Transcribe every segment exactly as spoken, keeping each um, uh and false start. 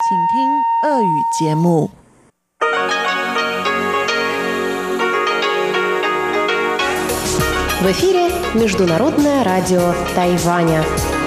请听俄语节目。 В эфире Международное радио Тайваня.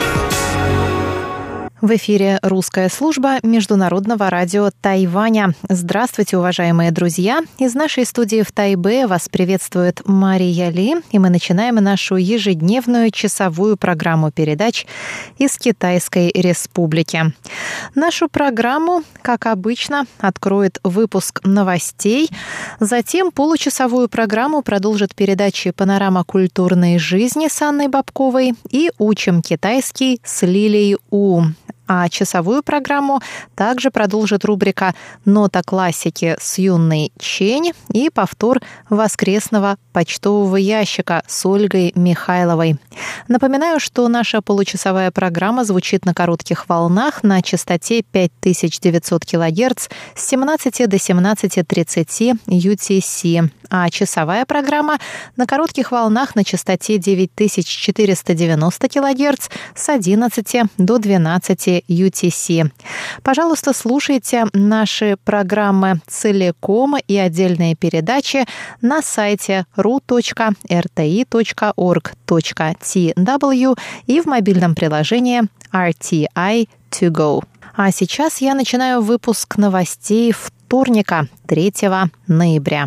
В эфире русская служба Международного радио Тайваня. Здравствуйте, уважаемые друзья! Из нашей студии в Тайбе вас приветствует Мария Ли, и мы начинаем нашу ежедневную часовую программу передач из Китайской Республики. Нашу программу, как обычно, откроет выпуск новостей. Затем получасовую программу продолжит передачи «Панорама культурной жизни» с Анной Бабковой и «Учим китайский» с Лилией У. А часовую программу также продолжит рубрика «Нота классики» с Юной Чень и повтор воскресного почтового ящика с Ольгой Михайловой. Напоминаю, что наша получасовая программа звучит на коротких волнах на частоте пять тысяч девятьсот килогерц с семнадцати до семнадцати тридцати ю ти си, а часовая программа на коротких волнах на частоте девять тысяч четыреста девяносто килогерц с одиннадцати до двенадцати ю ти си. Пожалуйста, слушайте наши программы целиком и отдельные передачи на сайте ру точка эр тэ и точка орг точка ти дабл ю и в мобильном приложении ар ти ай to go. А сейчас я начинаю выпуск новостей вторника, третьего ноября.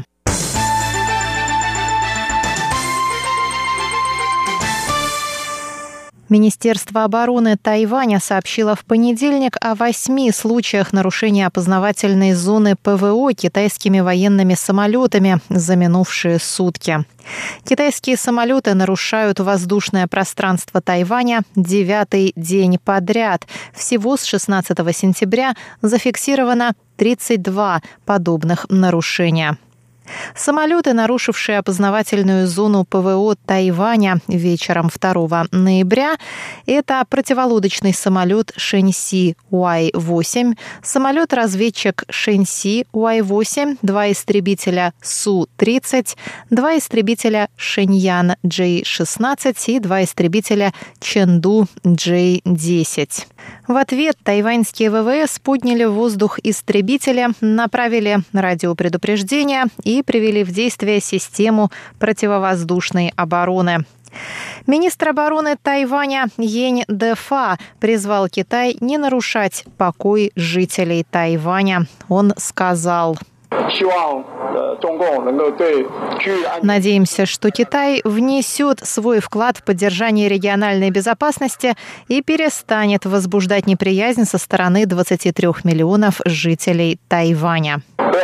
Министерство обороны Тайваня сообщило в понедельник о восьми случаях нарушения опознавательной зоны пэ вэ о китайскими военными самолетами за минувшие сутки. Китайские самолеты нарушают воздушное пространство Тайваня девятый день подряд. Всего с шестнадцатого сентября зафиксировано тридцать два подобных нарушения. Самолеты, нарушившие опознавательную зону пэ вэ о Тайваня вечером второго ноября, это противолодочный самолет Шэньси уай восемь, самолет-разведчик Шэньси уай восемь, два истребителя Су тридцать, два истребителя Шэньян Джей шестнадцать и два истребителя Чэнду Джей десять. В ответ тайваньские вэ вэ эс подняли в воздух истребители, направили радиопредупреждение и привели в действие систему противовоздушной обороны. Министр обороны Тайваня Йень Дэфа призвал Китай не нарушать покой жителей Тайваня. Он сказал: «Надеемся, что Китай внесет свой вклад в поддержание региональной безопасности и перестанет возбуждать неприязнь со стороны двадцати трёх миллионов жителей Тайваня».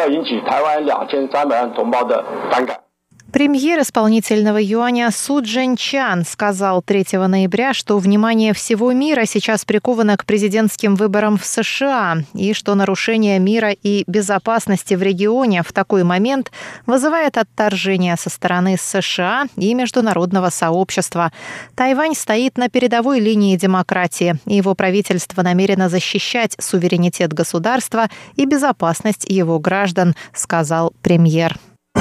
Премьер исполнительного юаня Су Чжэньчан сказал третьего ноября, что внимание всего мира сейчас приковано к президентским выборам в США и что нарушение мира и безопасности в регионе в такой момент вызывает отторжение со стороны США и международного сообщества. Тайвань стоит на передовой линии демократии, и его правительство намерено защищать суверенитет государства и безопасность его граждан, сказал премьер.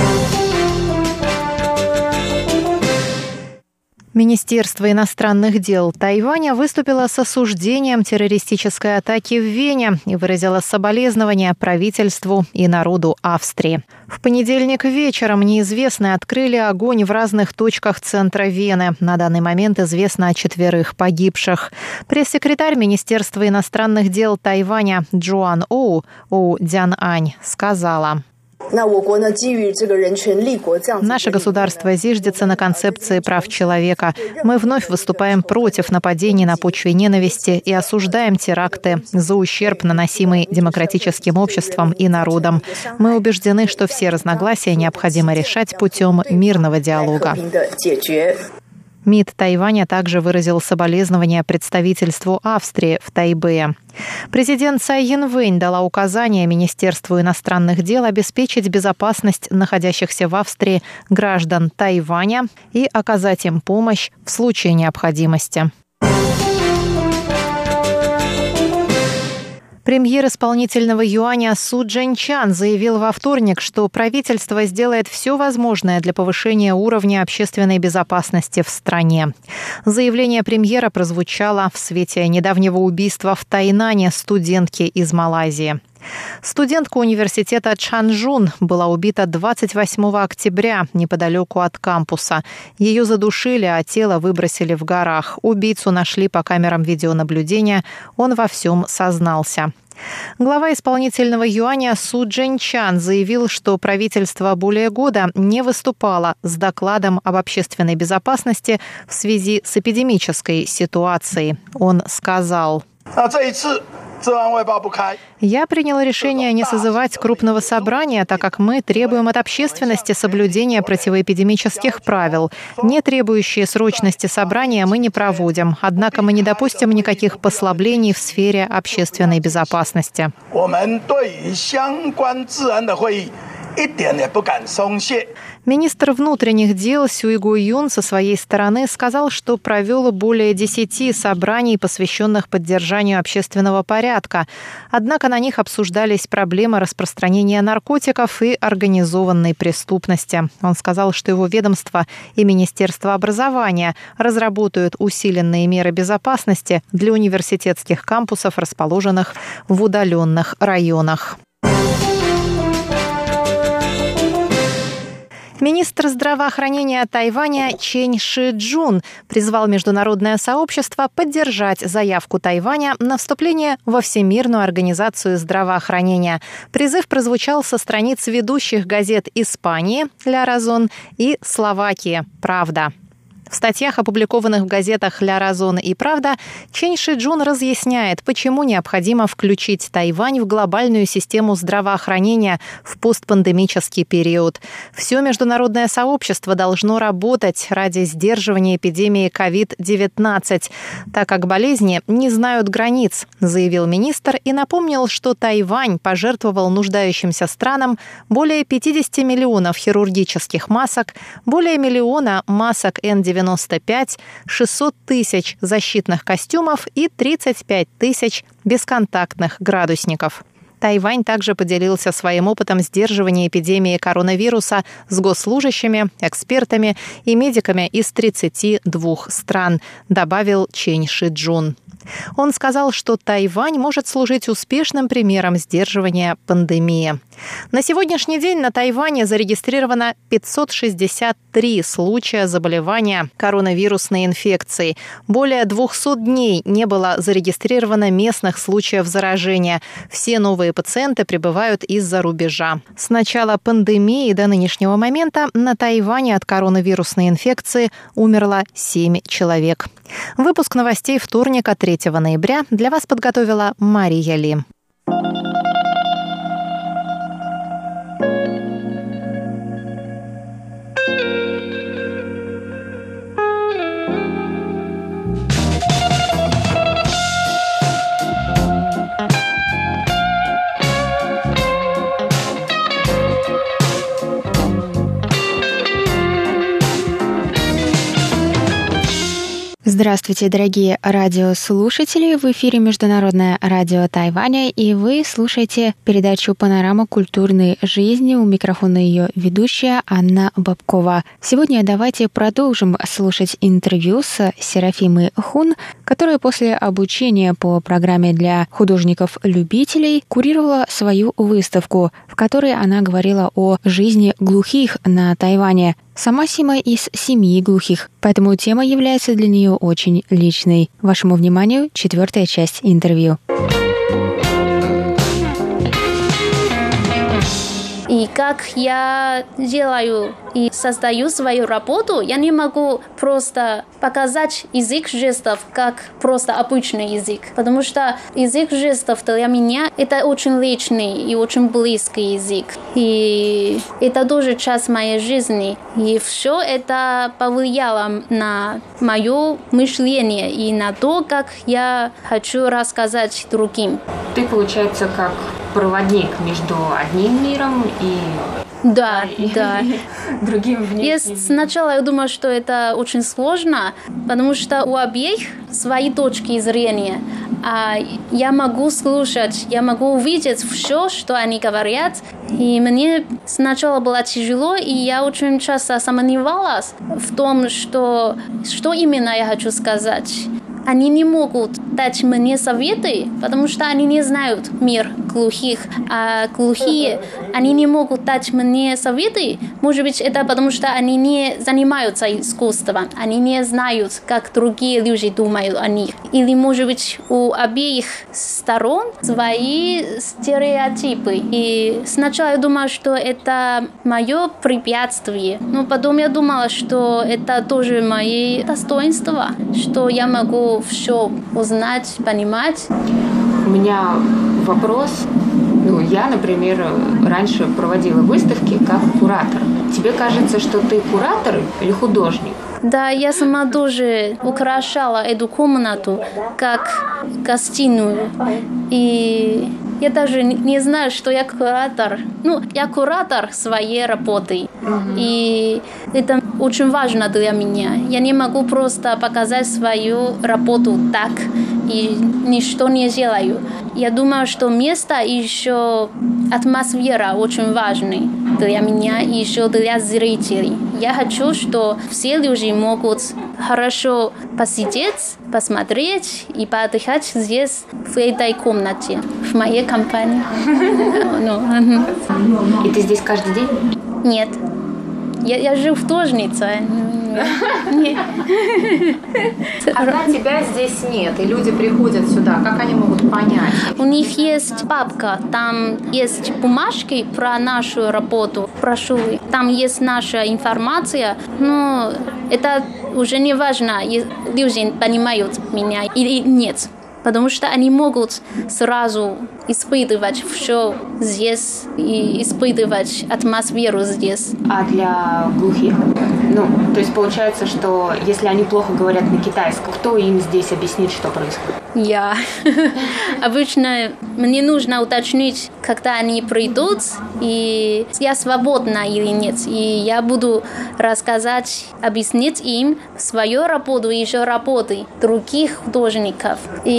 Министерство иностранных дел Тайваня выступило с осуждением террористической атаки в Вене и выразило соболезнования правительству и народу Австрии. В понедельник вечером неизвестные открыли огонь в разных точках центра Вены. На данный момент известно о четверых погибших. Пресс-секретарь Министерства иностранных дел Тайваня Джоан Оу, Оу Дянань, сказала: «Наше государство зиждется на концепции прав человека. Мы вновь выступаем против нападений на почве ненависти и осуждаем теракты за ущерб, наносимый демократическим обществом и народом. Мы убеждены, что все разногласия необходимо решать путем мирного диалога». МИД Тайваня также выразил соболезнования представительству Австрии в Тайбэе. Президент Цай Янвэнь дала указание Министерству иностранных дел обеспечить безопасность находящихся в Австрии граждан Тайваня и оказать им помощь в случае необходимости. Премьер исполнительного юаня Су Чжэньчан заявил во вторник, что правительство сделает все возможное для повышения уровня общественной безопасности в стране. Заявление премьера прозвучало в свете недавнего убийства в Тайнане студентки из Малайзии. Студентка университета Чанчжун была убита двадцать восьмого октября неподалеку от кампуса. Ее задушили, а тело выбросили в горах. Убийцу нашли по камерам видеонаблюдения. Он во всем сознался. Глава исполнительного юаня Су Чжэньчан заявил, что правительство более года не выступало с докладом об общественной безопасности в связи с эпидемической ситуацией. Он сказал: «Я принял решение не созывать крупного собрания, так как мы требуем от общественности соблюдения противоэпидемических правил. Не требующие срочности собрания мы не проводим, однако мы не допустим никаких послаблений в сфере общественной безопасности». Министр внутренних дел Сюй Гу-юн со своей стороны сказал, что провел более десяти собраний, посвященных поддержанию общественного порядка. Однако на них обсуждались проблемы распространения наркотиков и организованной преступности. Он сказал, что его ведомство и Министерство образования разработают усиленные меры безопасности для университетских кампусов, расположенных в удаленных районах. Министр здравоохранения Тайваня Чэнь Ши-джун призвал международное сообщество поддержать заявку Тайваня на вступление во Всемирную организацию здравоохранения. Призыв прозвучал со страниц ведущих газет Испании «Ля Разон» и Словакии «Правда». В статьях, опубликованных в газетах «Ля Разон» и «Правда», Чэнь Ши-джун разъясняет, почему необходимо включить Тайвань в глобальную систему здравоохранения в постпандемический период. Все международное сообщество должно работать ради сдерживания эпидемии ковид девятнадцать, так как болезни не знают границ, заявил министр и напомнил, что Тайвань пожертвовал нуждающимся странам более пятьдесят миллионов хирургических масок, более миллиона масок эн девяносто пять, шестьсот тысяч защитных костюмов и тридцать пять тысяч бесконтактных градусников. Тайвань также поделился своим опытом сдерживания эпидемии коронавируса с госслужащими, экспертами и медиками из тридцати двух стран, добавил Чэнь Ши-джун. Он сказал, что Тайвань может служить успешным примером сдерживания пандемии. На сегодняшний день на Тайване зарегистрировано пятьсот шестьдесят три случая заболевания коронавирусной инфекцией. Более двухсот дней не было зарегистрировано местных случаев заражения. Все новые пациенты прибывают из-за рубежа. С начала пандемии до нынешнего момента на Тайване от коронавирусной инфекции умерло семь человек. Выпуск новостей вторника, третьего ноября, для вас подготовила Мария Ли. Здравствуйте, дорогие радиослушатели! В эфире Международное радио Тайваня, и вы слушаете передачу «Панорама культурной жизни». У микрофона ее ведущая Анна Бабкова. Сегодня давайте продолжим слушать интервью с Серафимой Хун, которая после обучения по программе для художников-любителей курировала свою выставку, в которой она говорила о жизни глухих на Тайване. Сама Сима из семьи глухих, поэтому тема является для нее очень личной. Вашему вниманию четвертая часть интервью. И как я делаю и создаю свою работу, я не могу просто показать язык жестов как просто обычный язык, потому что язык жестов для меня это очень личный и очень близкий язык. И это тоже часть моей жизни. И все это повлияло на мое мышление и на то, как я хочу рассказать другим. Ты, получается, как проводник между одним миром и Да, и да. другим внешним. Я сначала я думала, что это очень сложно, потому что у обеих свои точки зрения. а я могу слушать, я могу увидеть все, что они говорят. И мне сначала было тяжело, и я очень часто сомневалась в том, что, что именно я хочу сказать. Они не могут дать мне советы, потому что они не знают мир глухих. А глухие, они не могут дать мне советы. Может быть, это потому что они не занимаются искусством. Они не знают, как другие люди думают о них. Или, может быть, у обеих сторон свои стереотипы. И сначала я думала, что это мое препятствие. Но потом я думала, что это тоже мои достоинства, что я могу все узнать, понимать. У меня вопрос. Ну, я, например, раньше проводила выставки как куратор. Тебе кажется, что ты куратор или художник? Да, я сама тоже украшала эту комнату как гостиную. И я даже не знаю, что я куратор. Ну, я куратор своей работы. Mm-hmm. И это очень важно для меня. Я не могу просто показать свою работу так и ничто не делаю. Я думаю, что место и еще атмосфера очень важны для меня и еще для зрителей. Я хочу, что все люди могут хорошо посидеть, посмотреть и поотдыхать здесь, в этой комнате, в моей компании. И ты здесь каждый день? Нет. Я, я живу в художнице. Нет. Когда тебя здесь нет, и люди приходят сюда, как они могут понять? У них есть папка, там есть бумажки про нашу работу, брошюры. Там есть наша информация, но это уже не важно, люди понимают меня или нет. Потому что они могут сразу испытывать все здесь и испытывать атмосферу здесь. А для глухих? Ну, то есть получается, что если они плохо говорят на китайском, кто им здесь объяснит, что происходит? Я. Обычно мне нужно уточнить, когда они придут, и я свободна или нет. И я буду рассказать, объяснить им свою работу и еще работы других художников.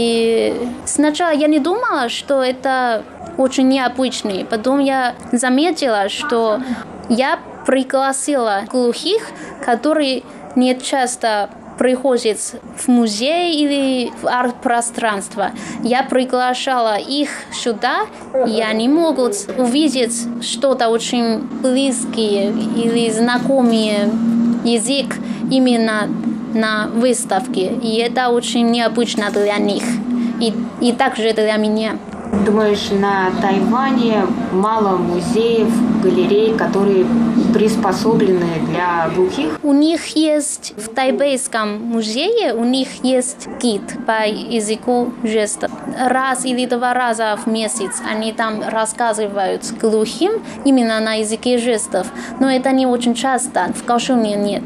И сначала я не думала, что это очень необычно. Потом я заметила, что я пригласила глухих, которые не часто приходят в музей или в арт-пространство. Я приглашала их сюда, и они могут увидеть что-то очень близкое или знакомый язык именно на выставке. И это очень необычно для них. И, и также для меня. Думаешь, на Тайване мало музеев, галерей, которые приспособлены для глухих? У них есть в Тайбэйском музее, у них есть гид по языку жестов. Раз или два раза в месяц они там рассказывают глухим именно на языке жестов. Но это не очень часто, в Каошуне нет.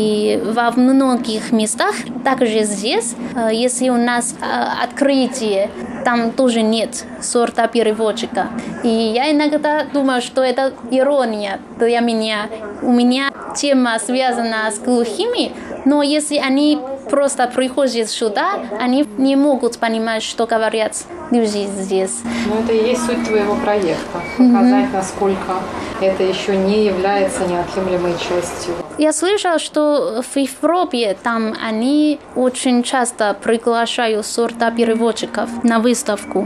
И во многих местах, также здесь, если у нас открытие, там тоже нет сорта переводчика. И я иногда думаю, что это ирония для меня. У меня тема связана с глухими, но если они просто приходят сюда, они не могут понимать, что говорят люди здесь. Ну, это и есть суть твоего проекта. Показать, mm-hmm. насколько это еще не является неотъемлемой частью. Я слышала, что в Европе там они очень часто приглашают сорта переводчиков на выставку,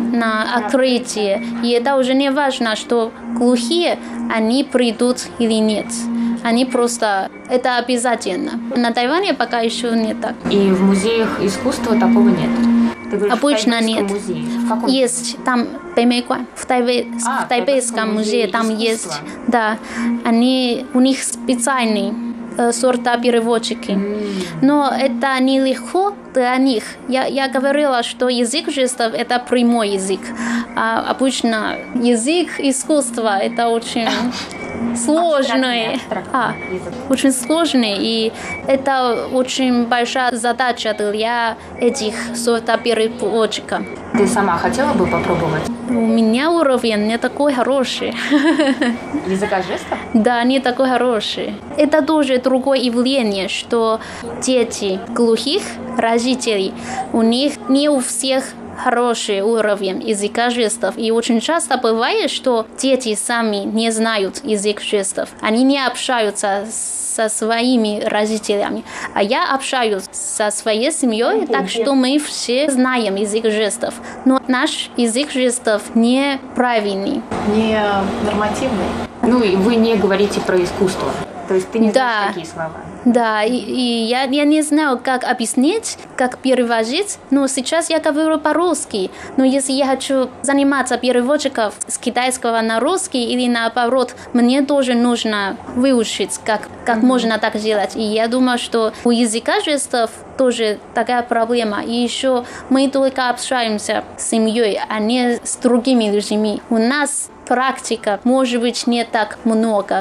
на открытие. И это уже не важно, что глухие, они придут или нет. Они просто... Это обязательно. На Тайване пока еще не так. И в музеях искусства такого нет? Ты говоришь, обычно в нет. В каком? Есть там Бэймэйкуан, в, Тайбэй, а, в Тайбэйском музее, музее там есть. Да, они, у них специальные э, сорта переводчики. Mm. Но это нелегко для них. Я, я говорила, что язык жестов – это прямой язык. А обычно язык искусства – это очень сложный, а, очень сложный, и это очень большая задача для этих сортопереводчиков. Ты сама хотела бы попробовать? У меня уровень не такой хороший. Языка жестов? Да, не такой хороший. Это тоже другое явление, что дети глухих родителей, у них не у всех хороший уровень языка жестов. И очень часто бывает, что дети сами не знают язык жестов. Они не общаются со своими родителями. А я общаюсь со своей семьей, так что мы все знаем язык жестов. Но наш язык жестов неправильный. Не нормативный. Ну и вы не говорите про искусство. То есть ты не да. знаешь такие слова. Да, и, и я, я не знаю, как объяснить, как переводить, но сейчас я говорю по-русски. Но если я хочу заниматься переводчиком с китайского на русский или наоборот, мне тоже нужно выучить, как, как mm-hmm. можно так делать. И я думаю, что у языка жестов тоже такая проблема. И еще мы только общаемся с семьей, а не с другими людьми. У нас практика, может быть, не так много,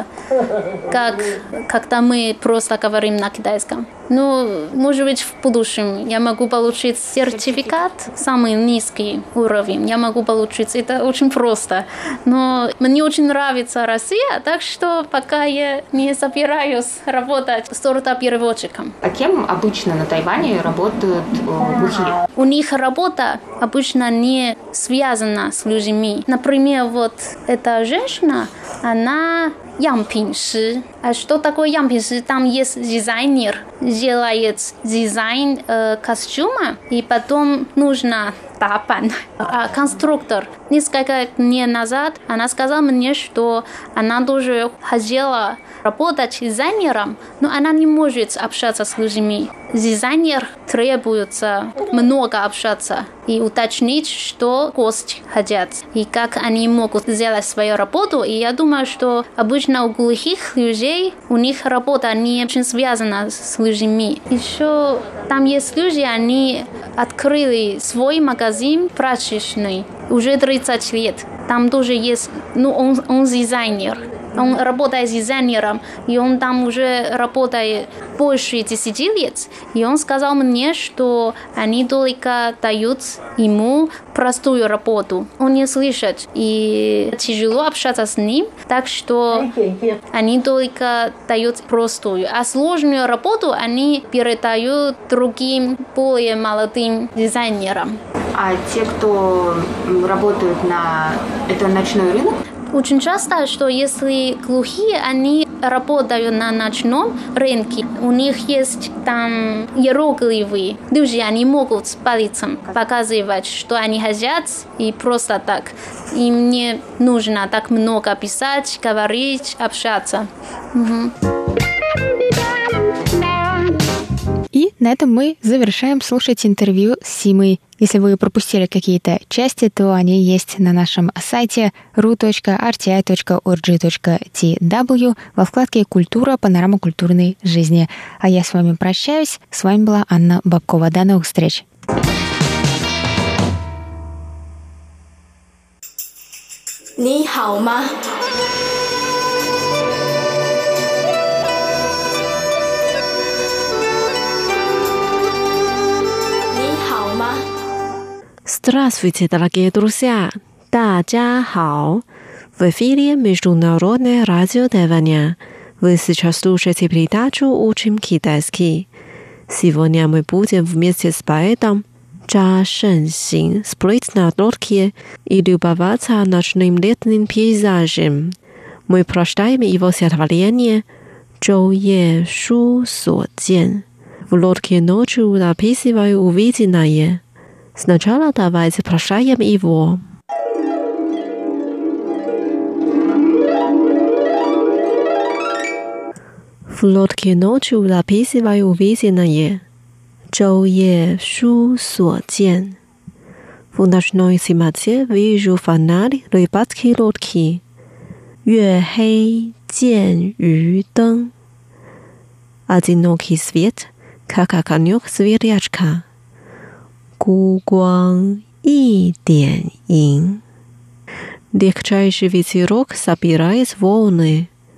как когда мы просто говорим на китайском. Но, может быть, в будущем я могу получить сертификат, самый низкий уровень. Я могу получить, это очень просто. Но мне очень нравится Россия, так что пока я не собираюсь работать сортопереводчиком. А кем обычно на Тайване работают глухие? У них работа обычно не связана с людьми. Например, вот эта женщина, она ямпинши. А что такое ямпинши? Там есть дизайнер, делает дизайн э, костюма, и потом нужно тапан. А конструктор. Несколько дней назад она сказала мне, что она тоже хотела работать дизайнером, но она не может общаться с людьми. Дизайнер требуется много общаться и уточнить, что гости хотят и как они могут сделать свою работу. И я думаю, что обычно у глухих людей у них работа не очень связана с людьми. Еще там есть люди, они открыли свой магазин прачечный уже тридцать лет. Там тоже есть, ну он, он дизайнер. Он работает дизайнером, и он там уже работает больше десяти лет. И он сказал мне, что они только дают ему простую работу. Он не слышит, и тяжело общаться с ним, так что они только дают простую. А сложную работу они передают другим, более молодым дизайнерам. А те, кто работают на... Это ночной рынок? Очень часто, что если глухие, они работают на ночном рынке, у них есть там иероглифы. Люди, они могут пальцем показывать, что они хотят, и просто так. Им не нужно так много писать, говорить, общаться. Угу. И на этом мы завершаем слушать интервью с Симой. Если вы пропустили какие-то части, то они есть на нашем сайте ru точка ар ти ай точка орг точка ти дабл ю во вкладке «Культура. Панорама культурной жизни». А я с вами прощаюсь. С вами была Анна Бабкова. До новых встреч. Ни хао ма? Здравствуйте, дорогие друзья! 大家好! В эфире Международное радио Тайваня. Вы сейчас слушаете передачу «Учим китайский». Сегодня мы будем вместе с поэтом Чжа Шэньсин сплыть на лодке и любоваться ночным летним пейзажем. Мы прочитаем его стихотворение «Зhou Ye Shu Suo Jian». В лодке ночью записываю увиденное. Сначала давайте прочитаем его. В лодке ночью записываю увиденное. 昼夜书所见. В ночной темноте вижу фонарь рыбацкой лодки. 月黑见鱼灯. Одинокий свет, как огонек сверчка. 孤光一点银. Легчайший ветерок собирает волны.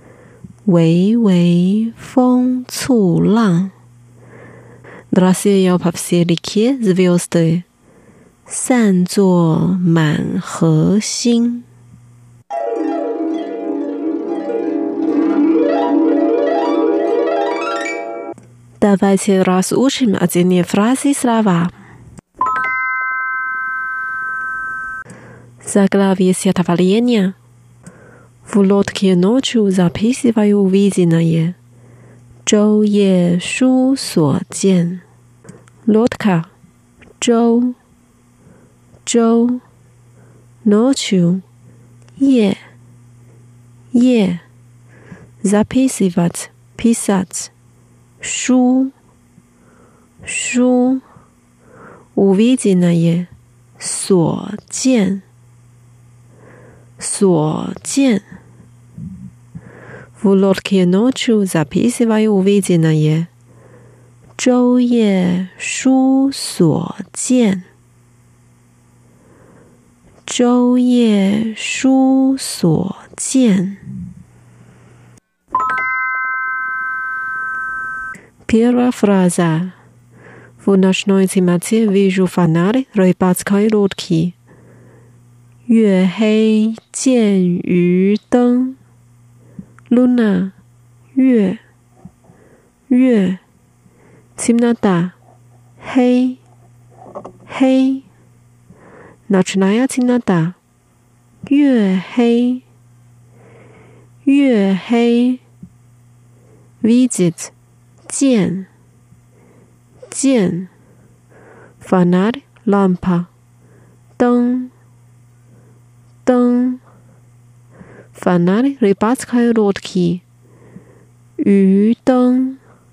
微微风簇浪。Рассеял по всей реке звезды, 散作满河星。Давайте разучим отдельные фразы и слова. Заглавие стихотворения. В лодке ночью записываю увиденное. 舟夜书所见。Лодка. 舟。舟。Ночью. 夜。夜。Записывать. Писать. 书。书。Увиденное. 所见。所见。В лодке ночью записываю увиденное. 舟夜书所见。舟夜书所见。Первая фраза. В ночной темноте вижу фонарь рыбацкой лодки. 月黑见鱼灯。Луна. 月。月。темнота. 黑。黑。Ночная темнота. 月黑。月黑。Видеть. 见。见。Фонарь. Лампа. 灯。灯。Фонарь рыбацкой лодки. 鱼灯。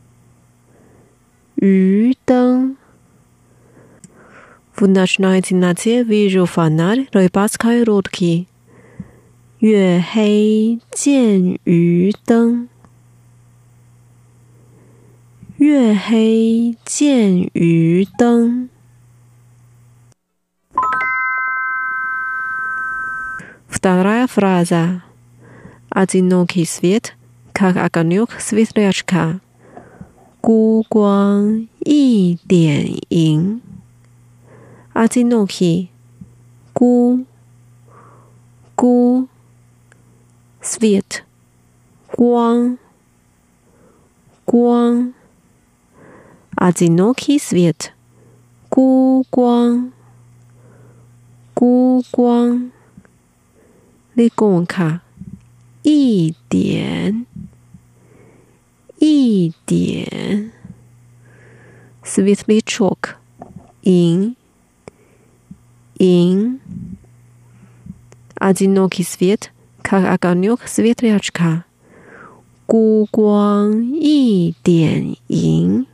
鱼灯。В ночной темноте вижу фонарь рыбацкой лодки. 月黑见鱼灯。月黑见鱼灯。Вторая фраза. Одинокий свет, как огонек светлячка. 孤光一点萤。Одинокий. 孤。孤。Свет. 光。光。Одинокий свет. 孤光。孤光。Легонько. 一点。一点。Светлячок. 萤。萤。Одинокий свет, как огонек светлячка. 孤光一点萤。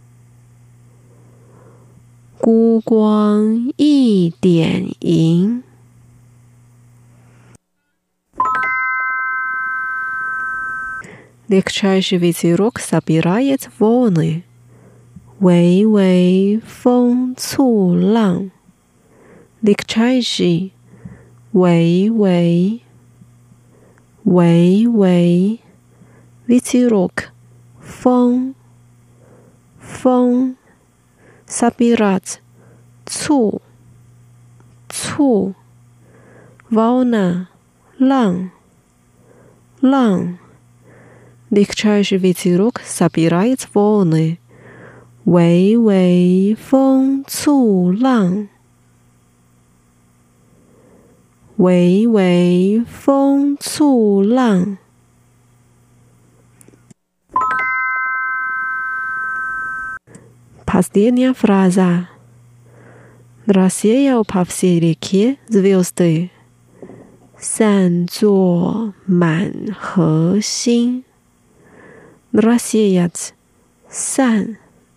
孤光一点萤。Легчайший ветерок собирает волны. 微微风簇浪。Легчайший. 微微。微微。Ветерок. 风。风。Собирать. 簇。簇。волна. 浪。浪。Легчайший ветерок собирает волны. 微微风簇浪。微微风簇浪。Последняя фраза. Рассеял по всей реке звезды. 散作满河星。Рассеять. 散。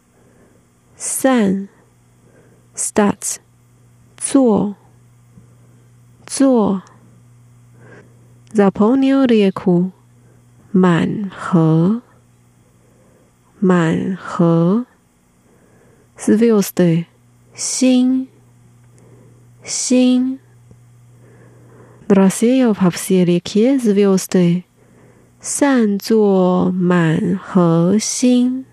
散。Start. 做。做。Заполнил реку. 满河。满河。Звезды. 星。星。Рассеял по всей реке звезды. 散作满河星，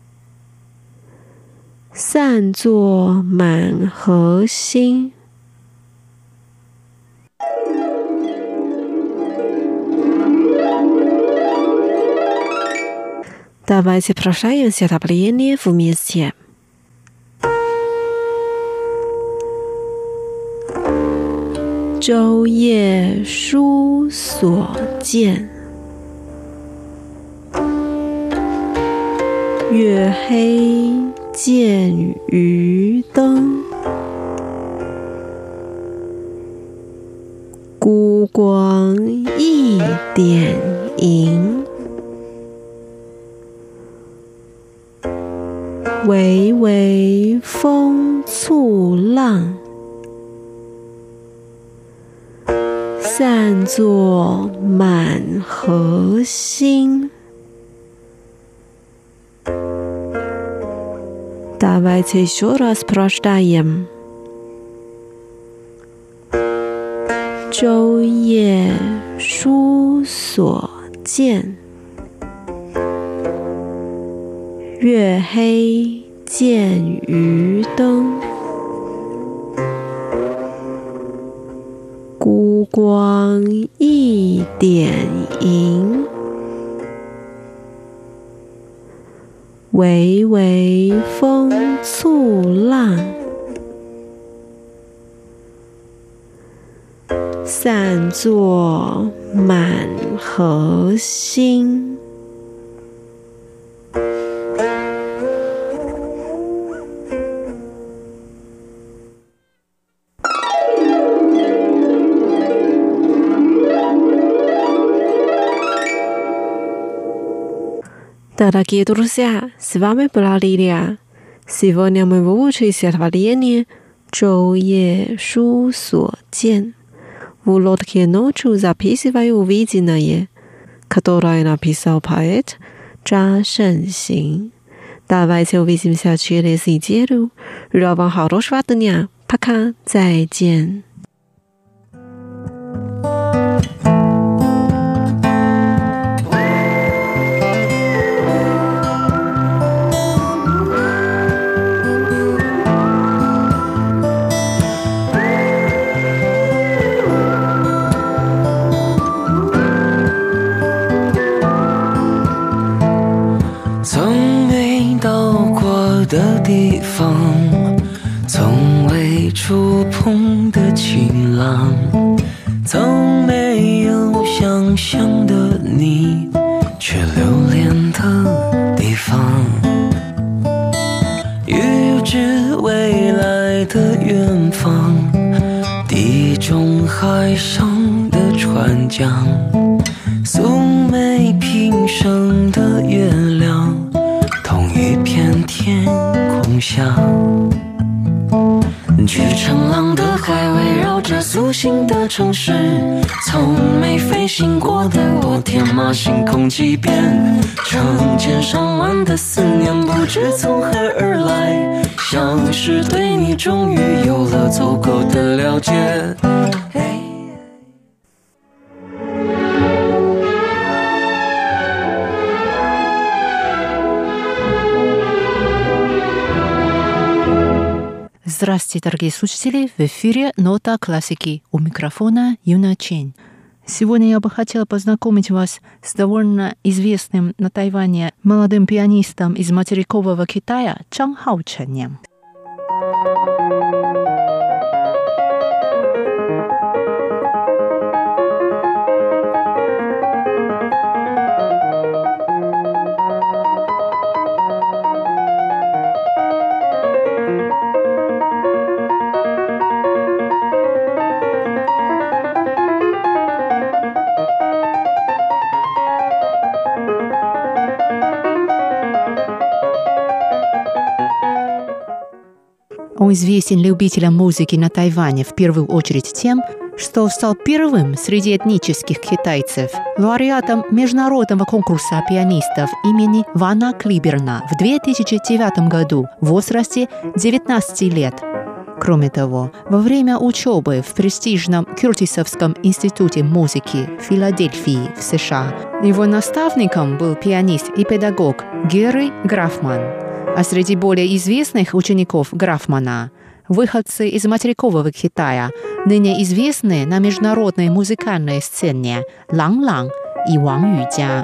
散作满河星。Давайте прошаемся табление вместе. 舟夜书所见，月黑见渔灯。孤光一点萤，微微风簇浪。散作满河星。Давайте еще раз прочитаем. 舟夜书所见，月黑见渔灯。孤光一点萤，微微风簇浪。散作满河星。Дорогие друзья, с вами была Лилия. Сегодня мы выучили стихотворение «舟夜书所见». В лодке ночью записываю увиденное, которое написал поэт Чжа Шэньсин. Давайте увидимся через неделю. Желаю вам хорошего дня. Пока, 再见。 的地方，从未触碰的晴朗，从没有想象的你，却留恋的地方。预知未来的远方，地中海上的船桨，素昧平生的月亮，同一片天空下，巨长浪的海围绕着苏醒的城市，从没飞行过的我，天马行空几遍，成千上万的思念不知从何而来，像是对你终于有了足够的了解。 Здравствуйте, дорогие слушатели! В эфире «Нота классики». У микрофона Юна Чень. Сегодня я бы хотела познакомить вас с довольно известным на Тайване молодым пианистом из материкового Китая Чжан Хаоченем. Он известен любителям музыки на Тайване в первую очередь тем, что стал первым среди этнических китайцев лауреатом международного конкурса пианистов имени Вана Клиберна в две тысячи девятом году в возрасте девятнадцати лет. Кроме того, во время учебы в престижном Кёртисовском институте музыки в Филадельфии в США его наставником был пианист и педагог Герри Графман. А среди более известных учеников Графмана – выходцы из материкового Китая, ныне известные на международной музыкальной сцене Лан Лан и Ван Юйджа.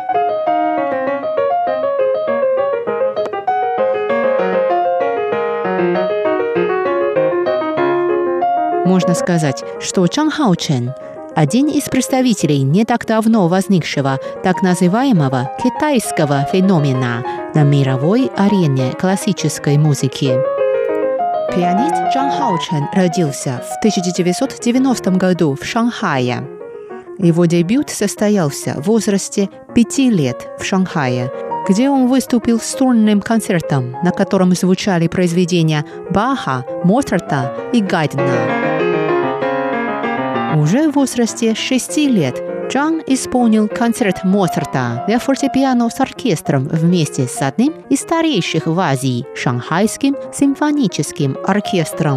Можно сказать, что Чжан Хаочэн – один из представителей не так давно возникшего так называемого китайского феномена на мировой арене классической музыки. Пианист Чжан Хаочэн родился в тысяча девятьсот девяностом году в Шанхае. Его дебют состоялся в возрасте пяти лет в Шанхае, где он выступил с струнным концертом, на котором звучали произведения Баха, Моцарта и Гайдна. Уже в возрасте шести лет Чжан исполнил концерт Моцарта для фортепиано с оркестром вместе с одним из старейших в Азии – Шанхайским симфоническим оркестром.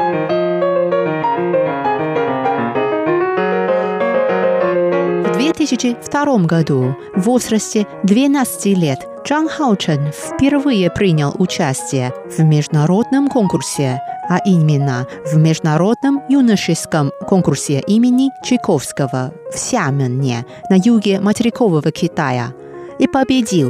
В две тысячи втором году, в возрасте двенадцати лет, Чжан Хаочэн впервые принял участие в международном конкурсе, а именно в международном юношеском конкурсе имени Чайковского в Сямэне на юге материкового Китая и победил.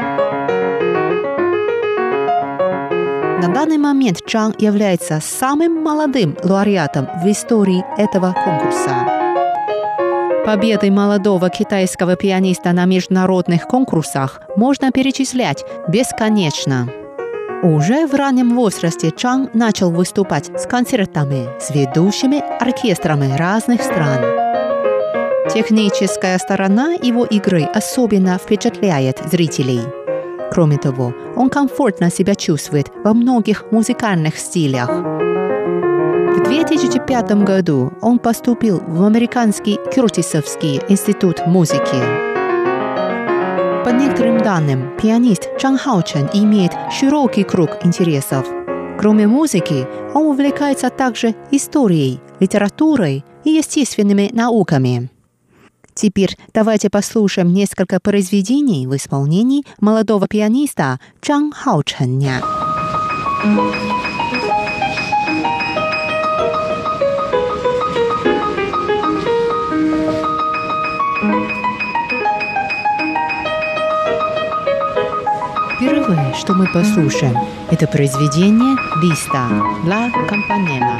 На данный момент Чжан является самым молодым лауреатом в истории этого конкурса. Победы молодого китайского пианиста на международных конкурсах можно перечислять бесконечно. Уже в раннем возрасте Чжан начал выступать с концертами с ведущими оркестрами разных стран. Техническая сторона его игры особенно впечатляет зрителей. Кроме того, он комфортно себя чувствует во многих музыкальных стилях. В две тысячи пятом году он поступил в американский Кёртисовский институт музыки. По некоторым данным, пианист Чжан Хаочэн имеет широкий круг интересов. Кроме музыки, он увлекается также историей, литературой и естественными науками. Теперь давайте послушаем несколько произведений в исполнении молодого пианиста Чжан Хаочэня. Первое, что мы послушаем, это произведение Листа «Ла Кампанелла».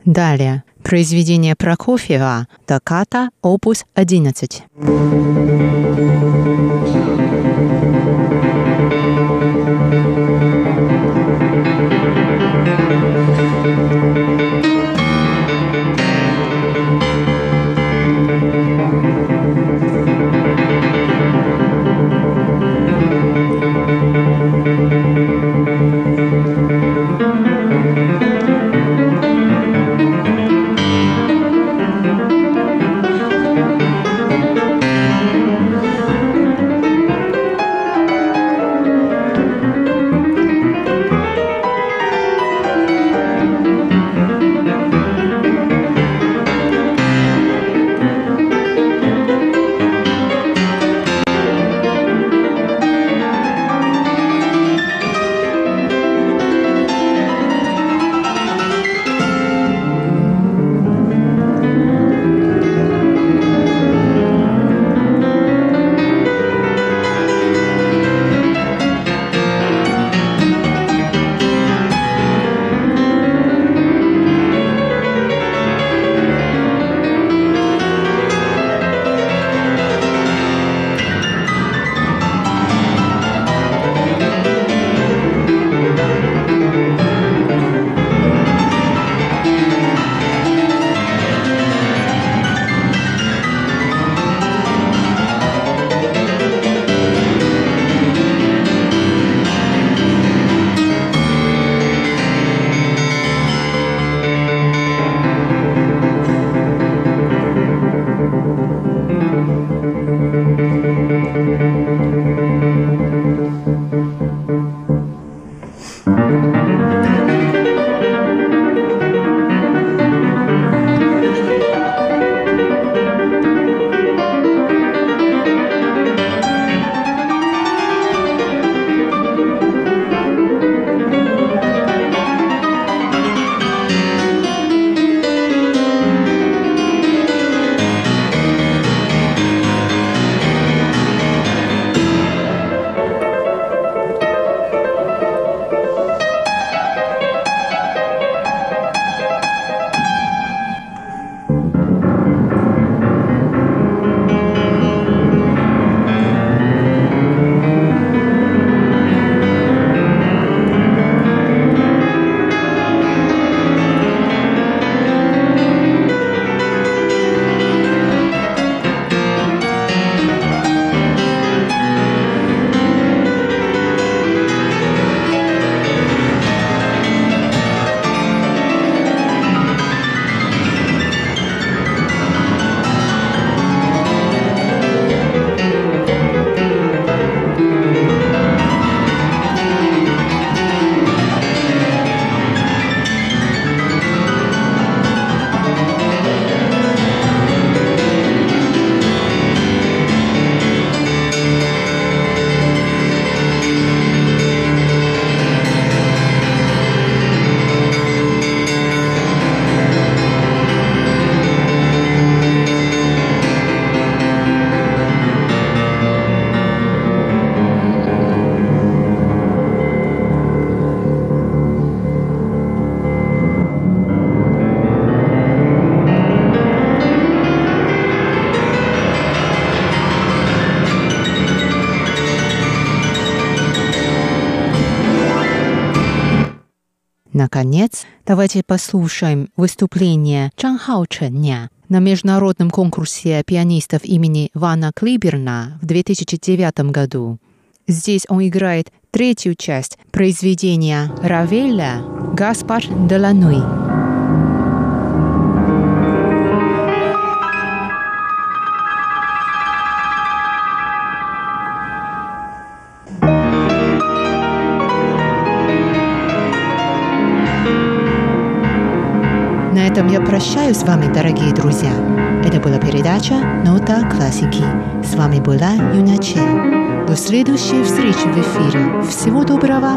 Далее. Произведение Прокофьева «Токката», опус одиннадцать. Наконец, давайте послушаем выступление Чжан Хаочэня на международном конкурсе пианистов имени Вана Клиберна в две тысячи девятом году. Здесь он играет третью часть произведения Равеля «Гаспар де ла Нуй». На этом я прощаюсь с вами, дорогие друзья. Это была передача «Нота классики». С вами была Юна Чен. До следующей встречи в эфире. Всего доброго!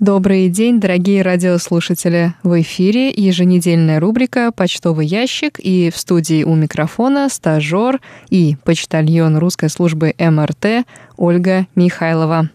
Добрый день, дорогие радиослушатели! В эфире еженедельная рубрика «Почтовый ящик», и в студии у микрофона стажер и почтальон русской службы эм эр тэ Ольга Михайлова.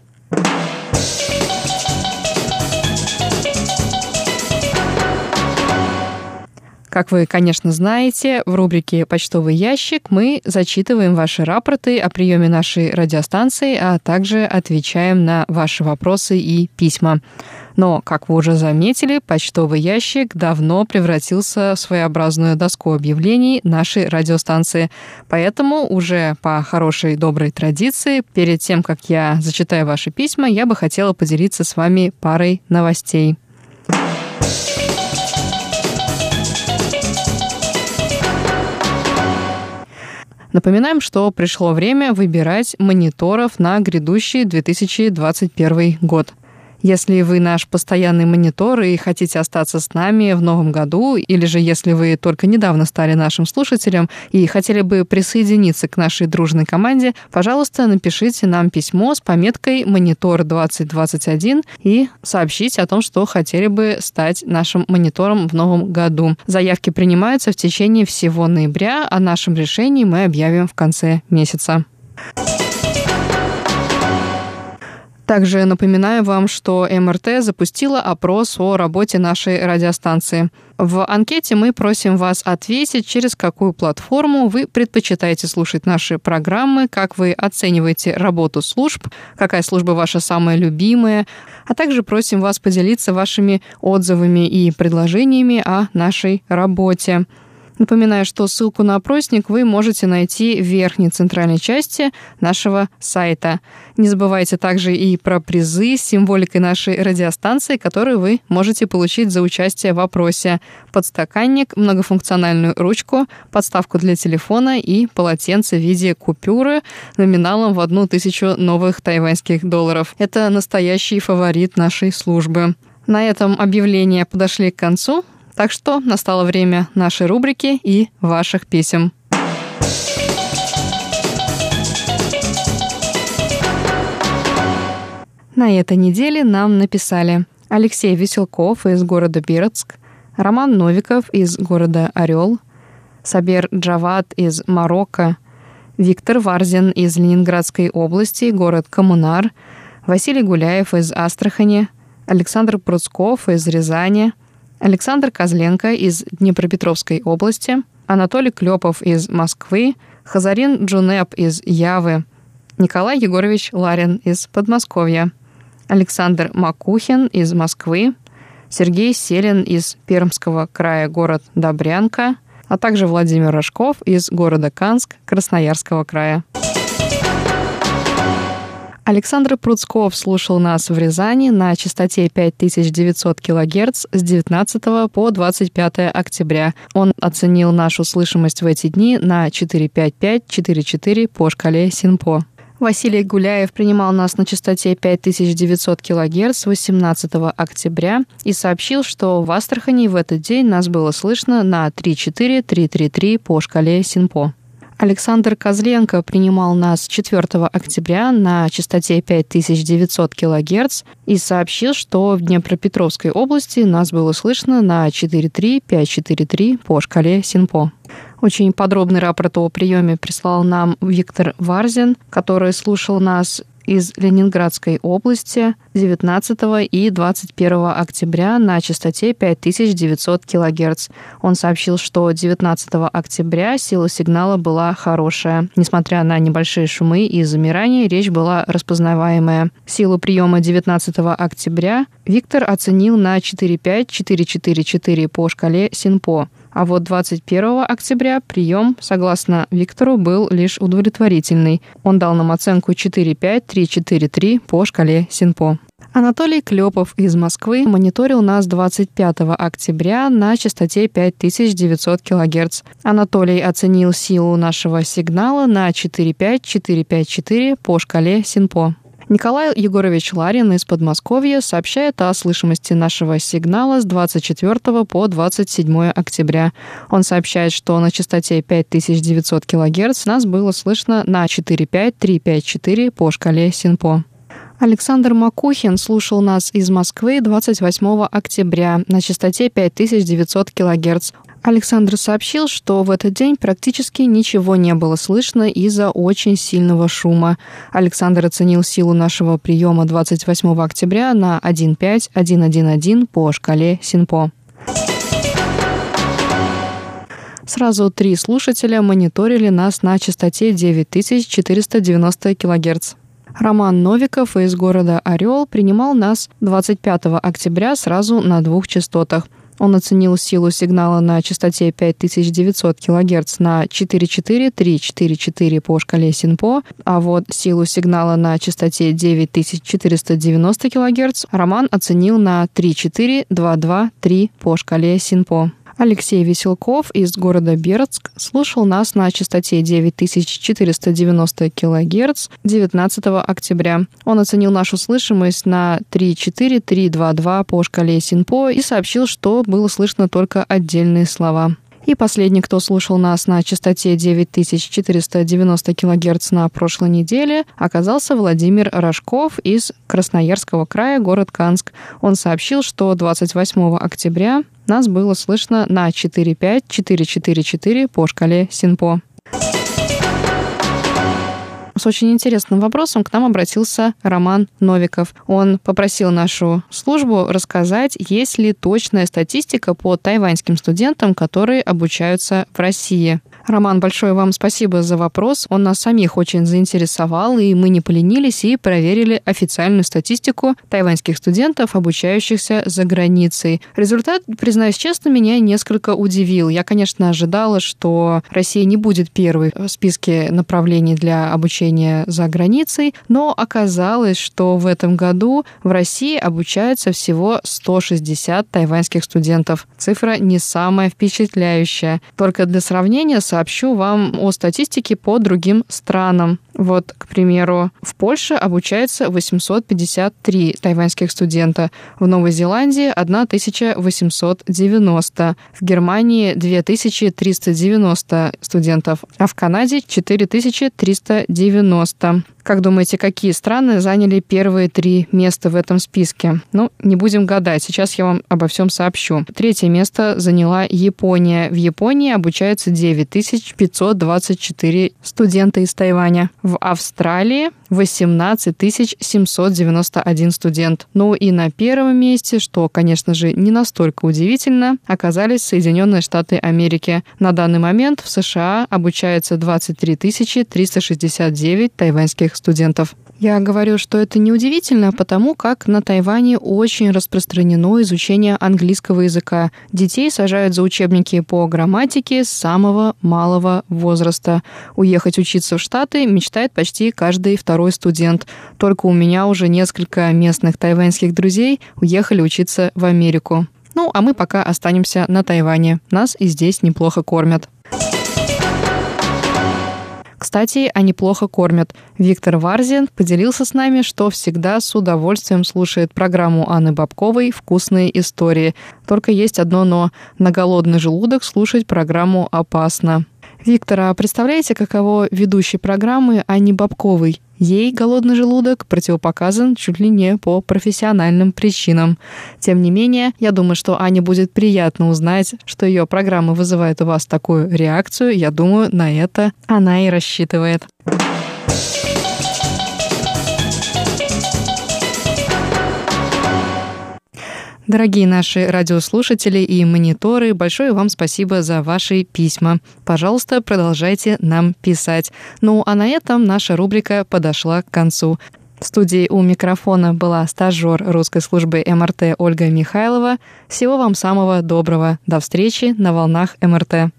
Как вы, конечно, знаете, в рубрике «Почтовый ящик» мы зачитываем ваши рапорты о приеме нашей радиостанции, а также отвечаем на ваши вопросы и письма. Но, как вы уже заметили, почтовый ящик давно превратился в своеобразную доску объявлений нашей радиостанции. Поэтому уже по хорошей доброй традиции, перед тем, как я зачитаю ваши письма, я бы хотела поделиться с вами парой новостей. Напоминаем, что пришло время выбирать мониторов на грядущий две тысячи двадцать первый год. Если вы наш постоянный монитор и хотите остаться с нами в новом году, или же если вы только недавно стали нашим слушателем и хотели бы присоединиться к нашей дружной команде, пожалуйста, напишите нам письмо с пометкой «Монитор двадцать двадцать один» и сообщите о том, что хотели бы стать нашим монитором в новом году. Заявки принимаются в течение всего ноября, о нашем решении мы объявим в конце месяца. Также напоминаю вам, что эм эр тэ запустила опрос о работе нашей радиостанции. В анкете мы просим вас ответить, через какую платформу вы предпочитаете слушать наши программы, как вы оцениваете работу служб, какая служба ваша самая любимая, а также просим вас поделиться вашими отзывами и предложениями о нашей работе. Напоминаю, что ссылку на опросник вы можете найти в верхней центральной части нашего сайта. Не забывайте также и про призы с символикой нашей радиостанции, которые вы можете получить за участие в опросе. Подстаканник, многофункциональную ручку, подставку для телефона и полотенце в виде купюры номиналом в одну тысячу новых тайваньских долларов. Это настоящий фаворит нашей службы. На этом объявления подошли к концу. Так что настало время нашей рубрики и ваших писем. На этой неделе нам написали Алексей Веселков из города Биротск, Роман Новиков из города Орел, Сабер Джавад из Марокко, Виктор Варзин из Ленинградской области, город Коммунар, Василий Гуляев из Астрахани, Александр Пруцков из Рязани, Александр Козленко из Днепропетровской области, Анатолий Клепов из Москвы, Хазарин Джунеп из Явы, Николай Егорович Ларин из Подмосковья, Александр Макухин из Москвы, Сергей Селин из Пермского края, город Добрянка, а также Владимир Рожков из города Канск, Красноярского края. Александр Пруцков слушал нас в Рязани на частоте пять тысяч девятьсот килогерц с девятнадцатого по двадцать пятое октября. Он оценил нашу слышимость в эти дни на четыре пять пять четыре четыре по шкале Синпо. Василий Гуляев принимал нас на частоте пять тысяч девятьсот килогерц с восемнадцатого октября и сообщил, что в Астрахани в этот день нас было слышно на три четыре три три три по шкале Синпо. Александр Козленко принимал нас четвёртого октября на частоте пять тысяч девятьсот килогерц и сообщил, что в Днепропетровской области нас было слышно на четыре три пять четыре три по шкале Синпо. Очень подробный рапорт о приеме прислал нам Виктор Варзин, который слушал нас из Ленинградской области девятнадцатого и двадцать первого октября на частоте пять тысяч девятьсот килогерц. Он сообщил, что девятнадцатого октября сила сигнала была хорошая. Несмотря на небольшие шумы и замирания, речь была распознаваемая. Силу приема девятнадцатого октября Виктор оценил на четыре пять четыре четыре четыре по шкале Синпо. А вот двадцать первого октября прием, согласно Виктору, был лишь удовлетворительный. Он дал нам оценку четыре пять три четыре три по шкале Синпо. Анатолий Клепов из Москвы мониторил нас двадцать пятого октября на частоте пять тысяч девятьсот килогерц. Анатолий оценил силу нашего сигнала на четыре пять четыре пять четыре по шкале Синпо. Николай Егорович Ларин из Подмосковья сообщает о слышимости нашего сигнала с двадцать четвёртого по двадцать седьмое октября. Он сообщает, что на частоте пять тысяч девятьсот килогерц нас было слышно на четыре пять три пять четыре по шкале Синпо. Александр Макухин слушал нас из Москвы двадцать восьмого октября на частоте пять тысяч девятьсот килогерц. Александр сообщил, что в этот день практически ничего не было слышно из-за очень сильного шума. Александр оценил силу нашего приема двадцать восьмого октября на один пять один один один по шкале Синпо. Сразу три слушателя мониторили нас на частоте девять тысяч четыреста девяносто килогерц. Роман Новиков из города Орел принимал нас двадцать пятого октября сразу на двух частотах. Он оценил силу сигнала на частоте пять тысяч девятьсот килогерц на четыре четыре три четыре четыре по шкале Синпо, а вот силу сигнала на частоте девять тысяч четыреста девяносто килогерц Роман оценил на три четыре два два три по шкале Синпо. Алексей Веселков из города Бердск слушал нас на частоте девять тысяч четыреста девяносто килогерц девятнадцатого октября. Он оценил нашу слышимость на три четыре три два два по шкале Синпо и сообщил, что было слышно только отдельные слова. И последний, кто слушал нас на частоте девять тысяч четыреста девяносто килогерц на прошлой неделе, оказался Владимир Рожков из Красноярского края, город Канск. Он сообщил, что двадцать восьмого октября нас было слышно на четыре пять четыре четыре четыре по шкале Синпо. С очень интересным вопросом к нам обратился Роман Новиков. Он попросил нашу службу рассказать, есть ли точная статистика по тайваньским студентам, которые обучаются в России. Роман, большое вам спасибо за вопрос. Он нас самих очень заинтересовал, и мы не поленились и проверили официальную статистику тайваньских студентов, обучающихся за границей. Результат, признаюсь честно, меня несколько удивил. Я, конечно, ожидала, что Россия не будет первой в списке направлений для обучения за границей, но оказалось, что в этом году в России обучаются всего сто шестьдесят тайваньских студентов. Цифра не самая впечатляющая. Только для сравнения сообщу вам о статистике по другим странам. Вот, к примеру, в Польше обучается восемьсот пятьдесят три тайваньских студента, в Новой Зеландии тысяча восемьсот девяносто, в Германии две тысячи триста девяносто студентов, а в Канаде четыре тысячи триста девяносто. Как думаете, какие страны заняли первые три места в этом списке? Ну, не будем гадать, сейчас я вам обо всем сообщу. Третье место заняла Япония. В Японии обучается девять тысяч пятьсот двадцать четыре студента из Тайваня. В Австралии восемнадцать тысяч семьсот девяносто один студент. Ну и на первом месте, что, конечно же, не настолько удивительно, оказались Соединенные Штаты Америки. На данный момент в США обучается двадцать три тысячи триста шестьдесят девять тайваньских студентов. Я говорю, что это неудивительно, потому как на Тайване очень распространено изучение английского языка. Детей сажают за учебники по грамматике с самого малого возраста. Уехать учиться в Штаты мечтает почти каждый второй студент. Только у меня уже несколько местных тайваньских друзей уехали учиться в Америку. Ну, а мы пока останемся на Тайване. Нас и здесь неплохо кормят. Кстати, они плохо кормят. Виктор Варзин поделился с нами, что всегда с удовольствием слушает программу Анны Бабковой «Вкусные истории». Только есть одно «но». На голодный желудок слушать программу опасно. Виктор, а представляете, каково ведущей программы Анне Бабковой? Ей голодный желудок противопоказан чуть ли не по профессиональным причинам. Тем не менее, я думаю, что Ане будет приятно узнать, что ее программа вызывает у вас такую реакцию. Я думаю, на это она и рассчитывает. Дорогие наши радиослушатели и мониторы, большое вам спасибо за ваши письма. Пожалуйста, продолжайте нам писать. Ну, а на этом наша рубрика подошла к концу. В студии у микрофона была стажер русской службы эм эр тэ Ольга Михайлова. Всего вам самого доброго. До встречи на волнах эм эр тэ.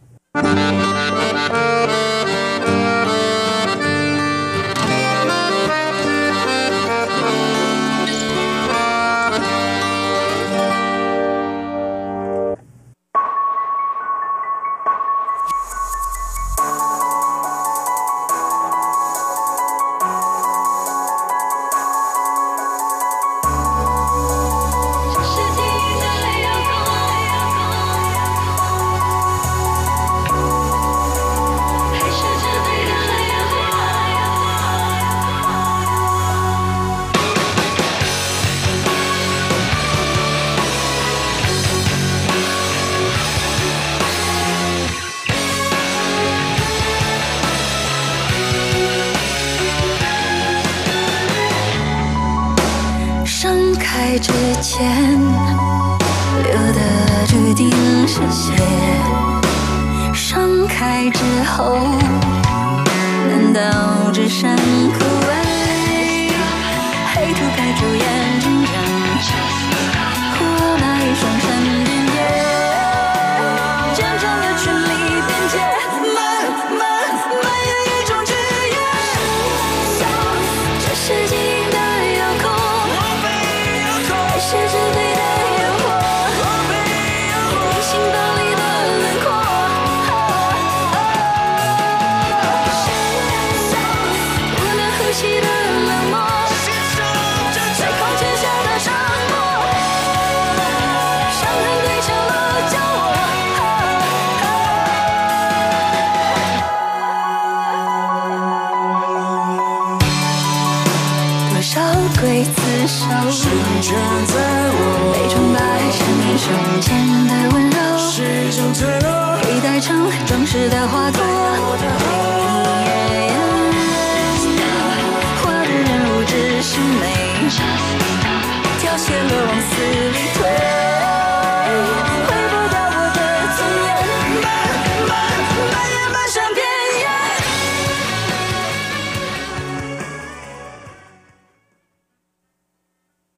前，留的注定是血。伤开之后，难道只剩枯萎？黑土盖住眼睁睁，我那一双闪电眼，见证了权力边界，蔓蔓蔓延一种制约。这是记忆的遥控，还是纸飞的烟火？隐形斗笠的轮廓，不能呼吸的冷漠，在空气下的沙漠，伤痕堆成了角落。多少刽子手，被崇拜成英雄间的温柔，佩戴成装饰的华佗。画的人物只是美，凋谢了往死里退。